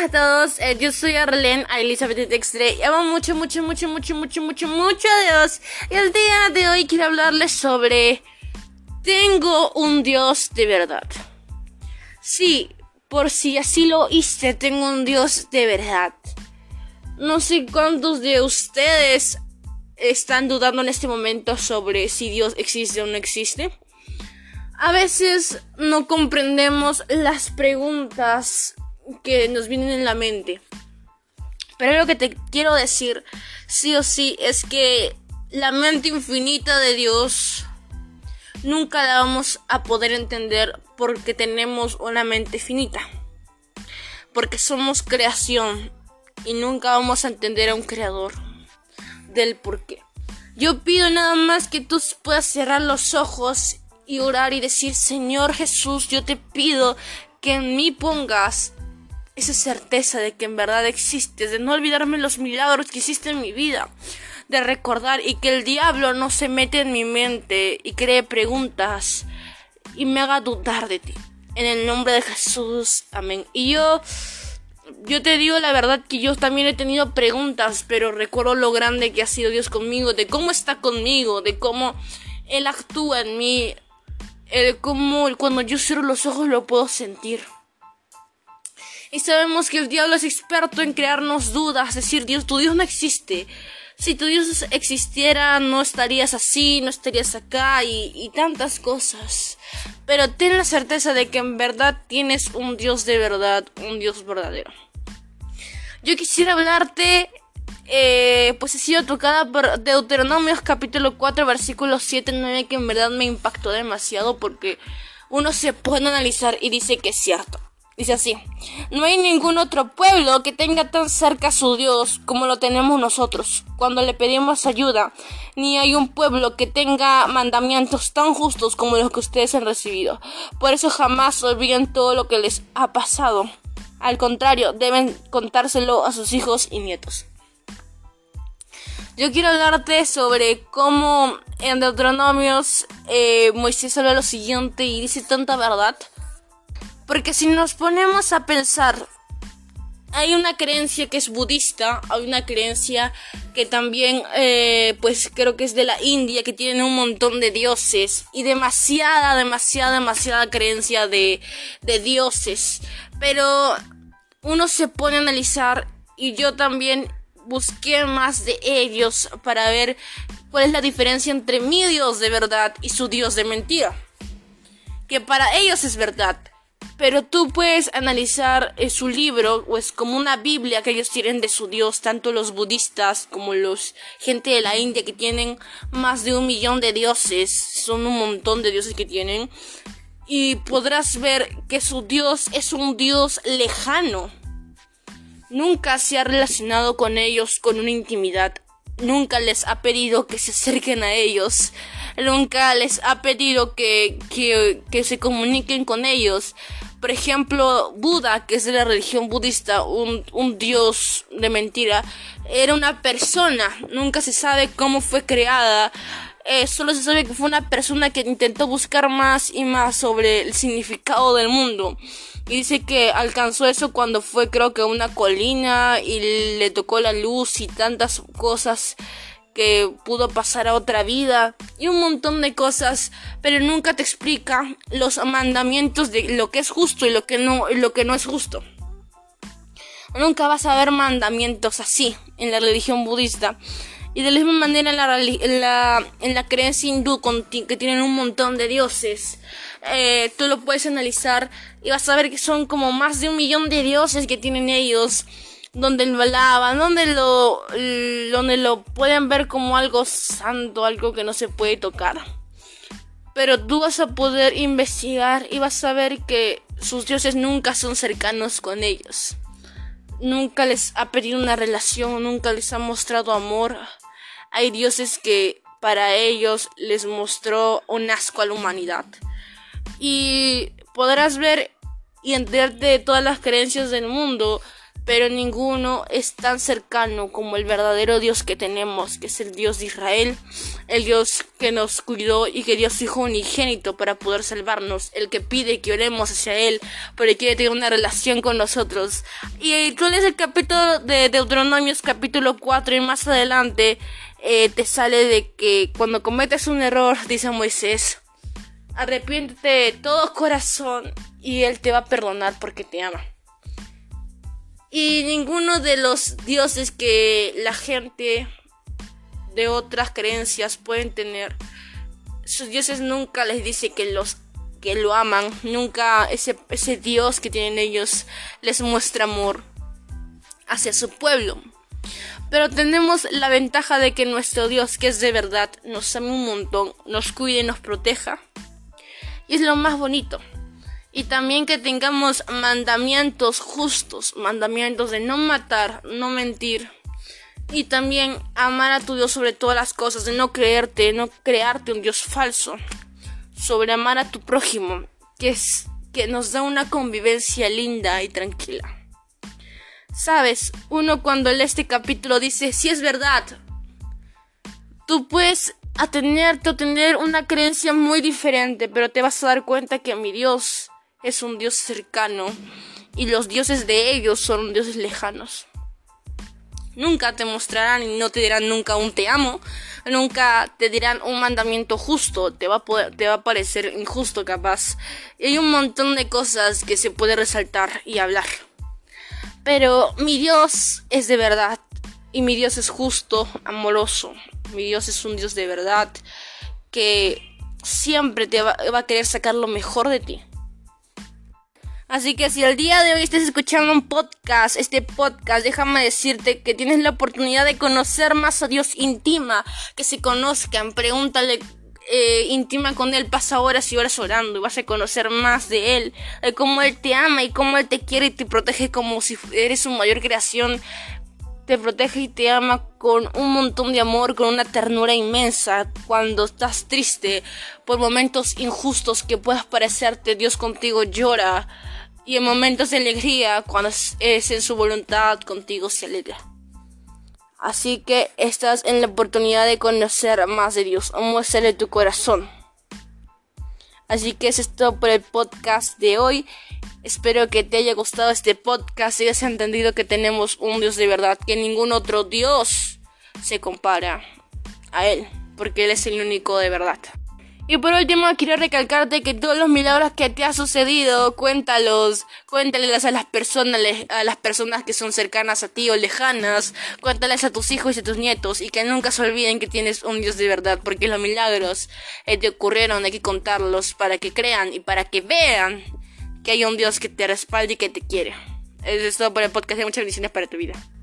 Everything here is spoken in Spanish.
a todos, yo soy Arlene Elizabeth Dextre y amo mucho a Dios. Y el día de hoy quiero hablarles sobre tengo un Dios de verdad. Sí, por si así lo oíste, tengo un Dios de verdad. No sé cuántos de ustedes están dudando en este momento sobre si Dios existe o no existe. A veces no comprendemos las preguntas que nos vienen en la mente. Pero lo que te quiero decir, sí o sí, es que la mente infinita de Dios nunca la vamos a poder entender porque tenemos una mente finita. Porque somos creación y nunca vamos a entender a un creador del por qué. Yo pido nada más que tú puedas cerrar los ojos y orar y decir: Señor Jesús, yo te pido que en mí pongas esa certeza de que en verdad existes, de no olvidarme los milagros que hiciste en mi vida, de recordar y que el diablo no se mete en mi mente y cree preguntas y me haga dudar de ti. En el nombre de Jesús, amén. Y yo te digo la verdad que yo también he tenido preguntas, pero recuerdo lo grande que ha sido Dios conmigo, de cómo está conmigo, de cómo Él actúa en mí, cómo cuando yo cierro los ojos lo puedo sentir. Y sabemos que el diablo es experto en crearnos dudas, decir: Dios, tu Dios no existe. Si tu Dios existiera, no estarías así, no estarías acá y tantas cosas. Pero ten la certeza de que en verdad tienes un Dios de verdad, un Dios verdadero. Yo quisiera hablarte, pues he sido tocada por Deuteronomios capítulo 4, versículos 7 y 9, que en verdad me impactó demasiado porque uno se puede analizar y dice que es cierto. Dice así: no hay ningún otro pueblo que tenga tan cerca a su Dios como lo tenemos nosotros cuando le pedimos ayuda, ni hay un pueblo que tenga mandamientos tan justos como los que ustedes han recibido. Por eso jamás olviden todo lo que les ha pasado. Al contrario, deben contárselo a sus hijos y nietos. Yo quiero hablarte sobre cómo en Deuteronomios Moisés habla lo siguiente y dice tanta verdad. Porque si nos ponemos a pensar, hay una creencia que es budista, hay una creencia que también, pues creo que es de la India, que tienen un montón de dioses y demasiada creencia de dioses. Pero uno se pone a analizar y yo también busqué más de ellos para ver cuál es la diferencia entre mi Dios de verdad y su Dios de mentira. Que para ellos es verdad. Pero tú puedes analizar su libro, o es como una Biblia que ellos tienen de su Dios, tanto los budistas como los gente de la India, que tienen más de 1 millón de dioses, son un montón de dioses que tienen, y podrás ver que su Dios es un Dios lejano. Nunca se ha relacionado con ellos con una intimidad, nunca les ha pedido que se acerquen a ellos, nunca les ha pedido que se comuniquen con ellos. Por ejemplo, Buda, que es de la religión budista, un dios de mentira, era una persona, nunca se sabe cómo fue creada, solo se sabe que fue una persona que intentó buscar más y más sobre el significado del mundo. Y dice que alcanzó eso cuando fue, creo que a una colina y le tocó la luz y tantas cosas, que pudo pasar a otra vida y un montón de cosas, pero nunca te explica los mandamientos de lo que es justo y lo que no es justo. Nunca vas a ver mandamientos así en la religión budista. Y de la misma manera en la creencia hindú, que tienen un montón de dioses, tú lo puedes analizar y vas a ver que son como más de 1 millón de dioses que tienen ellos, donde lo alaban, donde lo pueden ver como algo santo, algo que no se puede tocar. Pero tú vas a poder investigar y vas a ver que sus dioses nunca son cercanos con ellos. Nunca les ha pedido una relación, nunca les ha mostrado amor. Hay dioses que para ellos les mostró un asco a la humanidad. Y podrás ver y enterarte de todas las creencias del mundo, pero ninguno es tan cercano como el verdadero Dios que tenemos, que es el Dios de Israel, el Dios que nos cuidó y que dio a su Hijo unigénito para poder salvarnos, el que pide que oremos hacia Él, porque quiere tener una relación con nosotros. Y tú lees el capítulo de Deuteronomios capítulo 4 y más adelante te sale de que cuando cometes un error, dice Moisés, arrepiéntete de todo corazón y Él te va a perdonar porque te ama. Y ninguno de los dioses que la gente de otras creencias pueden tener, sus dioses nunca les dice que lo aman, nunca ese Dios que tienen ellos les muestra amor hacia su pueblo. Pero tenemos la ventaja de que nuestro Dios, que es de verdad, nos ama un montón, nos cuide y nos proteja. Y es lo más bonito. Y también que tengamos mandamientos justos, mandamientos de no matar, no mentir. Y también amar a tu Dios sobre todas las cosas, de no creerte un Dios falso. Sobre amar a tu prójimo, que nos da una convivencia linda y tranquila. Sabes, uno cuando lee este capítulo dice, sí es verdad. Tú puedes tener una creencia muy diferente, pero te vas a dar cuenta que mi Dios es un Dios cercano y los dioses de ellos son dioses lejanos. Nunca te mostrarán y no te dirán nunca un te amo, nunca te dirán un mandamiento justo, te va a parecer injusto capaz. Y hay un montón de cosas que se puede resaltar y hablar. Pero mi Dios es de verdad y mi Dios es justo, amoroso. Mi Dios es un Dios de verdad que siempre te va a querer sacar lo mejor de ti. Así que si el día de hoy estás escuchando este podcast, déjame decirte que tienes la oportunidad de conocer más a Dios. Intima, que se conozcan, pregúntale, intima con Él, pasa horas y horas orando y vas a conocer más de Él, de cómo Él te ama y cómo Él te quiere y te protege como si eres su mayor creación. Te protege y te ama con un montón de amor, con una ternura inmensa. Cuando estás triste por momentos injustos que puedas parecerte, Dios contigo llora. Y en momentos de alegría, cuando es en su voluntad, contigo se alegra. Así que estás en la oportunidad de conocer más de Dios. Muéstrale tu corazón. Así que eso es todo por el podcast de hoy. Espero que te haya gustado este podcast y hayas entendido que tenemos un Dios de verdad, que ningún otro Dios se compara a Él, porque Él es el único de verdad. Y por último, quiero recalcarte que todos los milagros que te ha sucedido, cuéntales a las personas que son cercanas a ti o lejanas, cuéntales a tus hijos y a tus nietos, y que nunca se olviden que tienes un Dios de verdad, porque los milagros te ocurrieron, hay que contarlos para que crean y para que vean que hay un Dios que te respalda y que te quiere. Eso es todo por el podcast. Muchas bendiciones para tu vida.